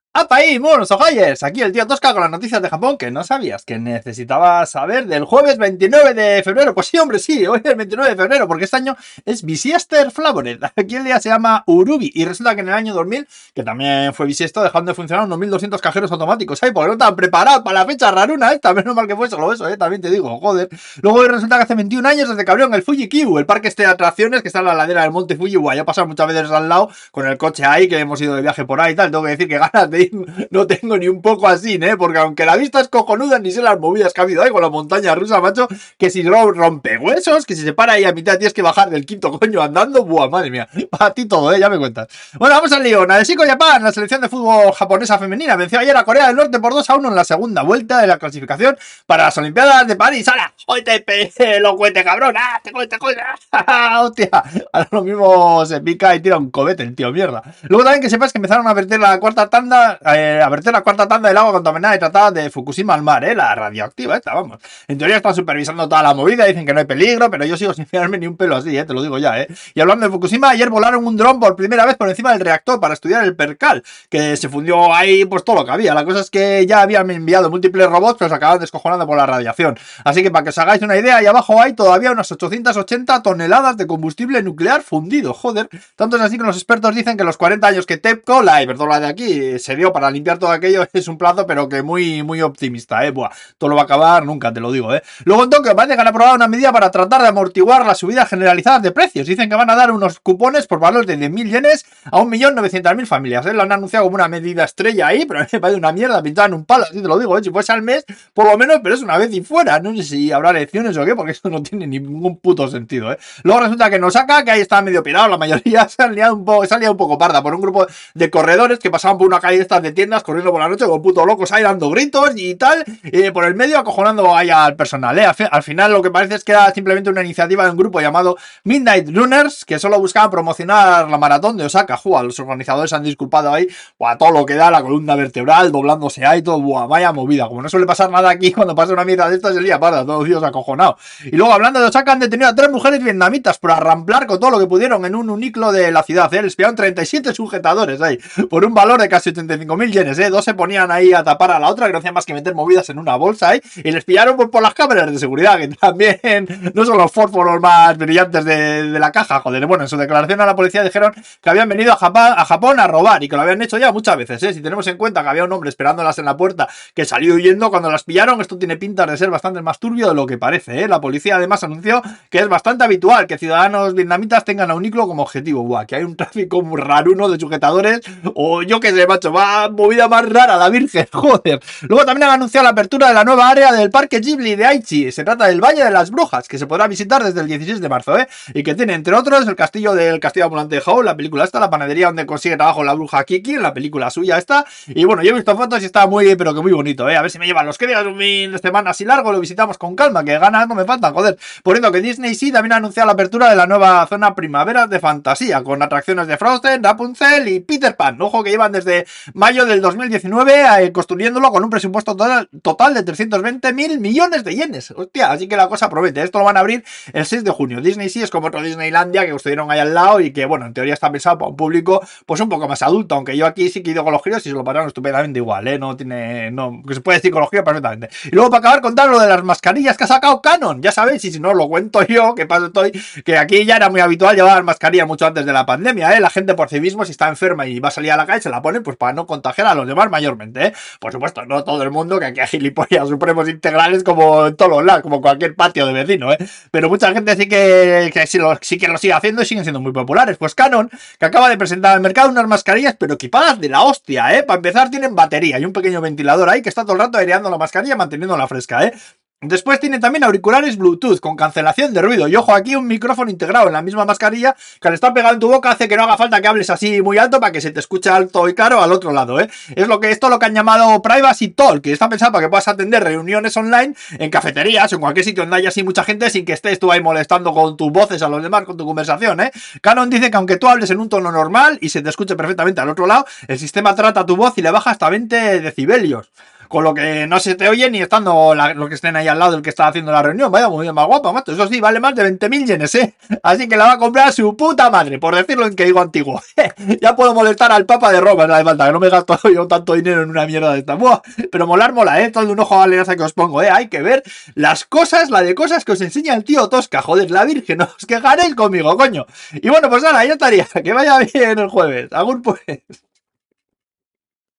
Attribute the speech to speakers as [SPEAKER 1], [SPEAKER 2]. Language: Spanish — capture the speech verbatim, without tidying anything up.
[SPEAKER 1] ¡Apa ahí, monos ojayers! Aquí el tío Tosca con las noticias de Japón que no sabías que necesitabas saber del jueves veintinueve de febrero. Pues sí, hombre, sí, hoy es el veintinueve de febrero, porque este año es Bisiester Flavored. Aquí el día se llama Urubi, y resulta que en el año dos mil, que también fue bisiesto, dejando de funcionar unos mil doscientos cajeros automáticos. ¡Ay, porque no estaban preparados para la fecha raruna esta! Menos mal que fue solo eso, ¿eh? También te digo, joder. Luego resulta que hace veintiún años desde que abrieron el Fuji Q, el parque este de atracciones que está en la ladera del monte Fuji. Guay, ya he pasado muchas veces al lado con el coche ahí, que hemos ido de viaje por ahí y tal. Tengo que decir que ganas de ir no tengo ni un poco así, ¿eh? Porque aunque la vista es cojonuda, ni sé las movidas que ha habido ahí con la montaña rusa, macho, que si rompe huesos, que si se para ahí a mitad tienes que bajar del quinto coño andando, buah, madre mía, para ti todo, ¿eh? Ya me cuentas. Bueno, vamos al lío. Nadeshiko Japan, la selección de fútbol japonesa femenina, venció ayer a Corea del Norte por dos a uno en la segunda vuelta de la clasificación para las Olimpiadas de París. ¡Hala! ¡Joder, lo cuente, cabrón! ¡Ah, te cuente, coño! ¡Hostia! Ahora lo mismo se pica y tira un cobete el tío, mierda. Luego también que sepas que empezaron a verter la cuarta tanda, eh, a verter la cuarta tanda del agua contaminada y tratada de Fukushima al mar, eh, la radioactiva esta, vamos. En teoría están supervisando toda la movida, dicen que no hay peligro, pero yo sigo sin fiarme ni un pelo así, eh, te lo digo ya, eh. Y hablando de Fukushima, ayer volaron un dron por primera vez por encima del reactor para estudiar el percal, que se fundió ahí pues todo lo que había. La cosa es que ya habían enviado múltiples robots, pero se acaban descojonando por la radiación. Así que para que os hagáis una idea, ahí abajo hay todavía unas ochocientas ochenta toneladas de combustible nuclear fundido, joder. Tanto es así que los expertos dicen que los cuarenta años que TEPCO, la Iberdrola de aquí, se dio para limpiar todo aquello es un plazo, pero que muy, muy optimista, eh. Buah, todo lo va a acabar nunca, te lo digo, eh. Luego en Tokio parece que han aprobado una medida para tratar de amortiguar las subidas generalizadas de precios. Dicen que van a dar unos cupones por valor de diez mil yenes a un millón novecientas mil familias, eh. Lo han anunciado como una medida estrella ahí, pero me parece una mierda pintada en un palo, así te lo digo, eh. Si fuese al mes, por lo menos, pero es una vez y fuera. No sé si habrá elecciones o qué, porque eso no tiene ningún puto sentido, eh. Luego resulta que nos saca que ahí está medio pirado, la mayoría se han liado un poco, se han liado un poco parda por un grupo de corredores que pasaban por una calle de estas de tiendas corriendo por la noche con puto locos ahí dando gritos y tal, eh, por el medio acojonando ahí al personal, eh. Al, fi al final lo que parece es que era simplemente una iniciativa de un grupo llamado Midnight Runners que solo buscaba promocionar la maratón de Osaka. Jua, los organizadores han disculpado ahí, buah, todo lo que da, la columna vertebral doblándose ahí, todo, buah, vaya movida. Como no suele pasar nada aquí, cuando pasa una mierda de estas se lía parda, todos Dios acojonados. Y luego hablando de Osaka, han detenido a tres mujeres vietnamitas por arramplar con todo lo que pudieron en un uniclo de la ciudad, eh. Les pillaron treinta y siete sujetadores ahí, por un valor de casi ochenta y cinco mil yenes, eh. Dos se ponían ahí a tapar a la otra, que no hacían más que meter movidas en una bolsa ahí, y les pillaron pues, por las cámaras de seguridad, que también no son los fósforos más brillantes de, de la caja, joder. Bueno, en su declaración a la policía dijeron que habían venido a Japón, a Japón a robar, y que lo habían hecho ya muchas veces, eh. Si tenemos en cuenta que había un hombre esperándolas en la puerta que salió huyendo cuando las pillaron, esto tiene pinta de ser bastante más turbio de lo que parece, eh. La policía además anunció que es bastante habitual que ciudadanos vietnamitas tengan a uniclo como objetivo. Buah, que hay un tráfico muy raruno de sujetadores, o yo qué sé, macho, va movida más rara, la virgen, joder. Luego también han anunciado la apertura de la nueva área del Parque Ghibli de Aichi. Se trata del Valle de las Brujas, que se podrá visitar desde el dieciséis de marzo, ¿eh? Y que tiene, entre otros, el castillo del Castillo Ambulante de Howl, la película esta, la panadería donde consigue trabajo la bruja Kiki, en la película suya esta. Y bueno, yo he visto fotos y está muy, pero que muy bonito, ¿eh? A ver si me llevan los que digas un fin de semana así largo, lo visitamos con calma, que ganas no me faltan, joder. Por eso que Disney sí también ha anunciado la apertura de la nueva zona primavera de fantasía, con atracciones de Frozen, Rapunzel y Peter Pan. Ojo que llevan desde mayo del dos mil diecinueve eh, construyéndolo con un presupuesto total, total de trescientos veinte mil millones de yenes. Hostia, así que la cosa promete. Esto lo van a abrir el seis de junio. Disney sí es como otro Disneylandia que construyeron ahí al lado y que, bueno, en teoría está pensado para un público pues un poco más adulto, aunque yo aquí sí que he ido con los críos y se lo pasaron estupendamente igual, ¿eh? No tiene... no, que se puede decir con los críos perfectamente. Y luego para acabar contar lo de las mascarillas que ha sacado Canon, ya sabéis, y si no lo cuento yo, que paso estoy, que aquí ya era muy habitual llevar mascarilla mucho antes de la pandemia, ¿eh? La gente por civismo, si está enferma y va a salir a la calle, se la pone pues para no contagiar a los demás mayormente, ¿eh? Por supuesto, no todo el mundo, que aquí hay gilipollas supremos integrales como en todos los lados, como cualquier patio de vecino, ¿eh? Pero mucha gente sí que, que sí, lo, sí que lo sigue haciendo y siguen siendo muy populares. Pues Canon, que acaba de presentar al mercado unas mascarillas, pero equipadas de la hostia, ¿eh? Para empezar tienen batería y un pequeño ventilador ahí que está todo el rato aireando la mascarilla, manteniéndola fresca, ¿eh? Después tiene también auriculares Bluetooth con cancelación de ruido. Y ojo, aquí un micrófono integrado en la misma mascarilla que al estar pegado en tu boca hace que no haga falta que hables así muy alto para que se te escuche alto y claro al otro lado, ¿eh? Es lo que esto lo que han llamado Privacy Talk, que está pensado para que puedas atender reuniones online en cafeterías o en cualquier sitio donde haya así mucha gente sin que estés tú ahí molestando con tus voces a los demás con tu conversación, ¿eh? Canon dice que aunque tú hables en un tono normal y se te escuche perfectamente al otro lado, el sistema trata tu voz y le baja hasta veinte decibelios. con lo que no se te oye ni estando la, los que estén ahí al lado del que está haciendo la reunión. Vaya, muy más guapa, macho. Eso sí, vale más de veinte mil yenes, ¿eh? Así que la va a comprar su puta madre, por decirlo en que digo antiguo. Ya puedo molestar al Papa de Roma, no hace falta, que no me gasto yo tanto dinero en una mierda de esta. Buah, pero molar mola, ¿eh? Todo de un ojo a la que os pongo, ¿eh? Hay que ver las cosas, la de cosas que os enseña el tío Tosca. Joder, la virgen, os quejaréis conmigo, coño. Y bueno, pues nada, ya estaría. Que vaya bien el jueves. Agur pues.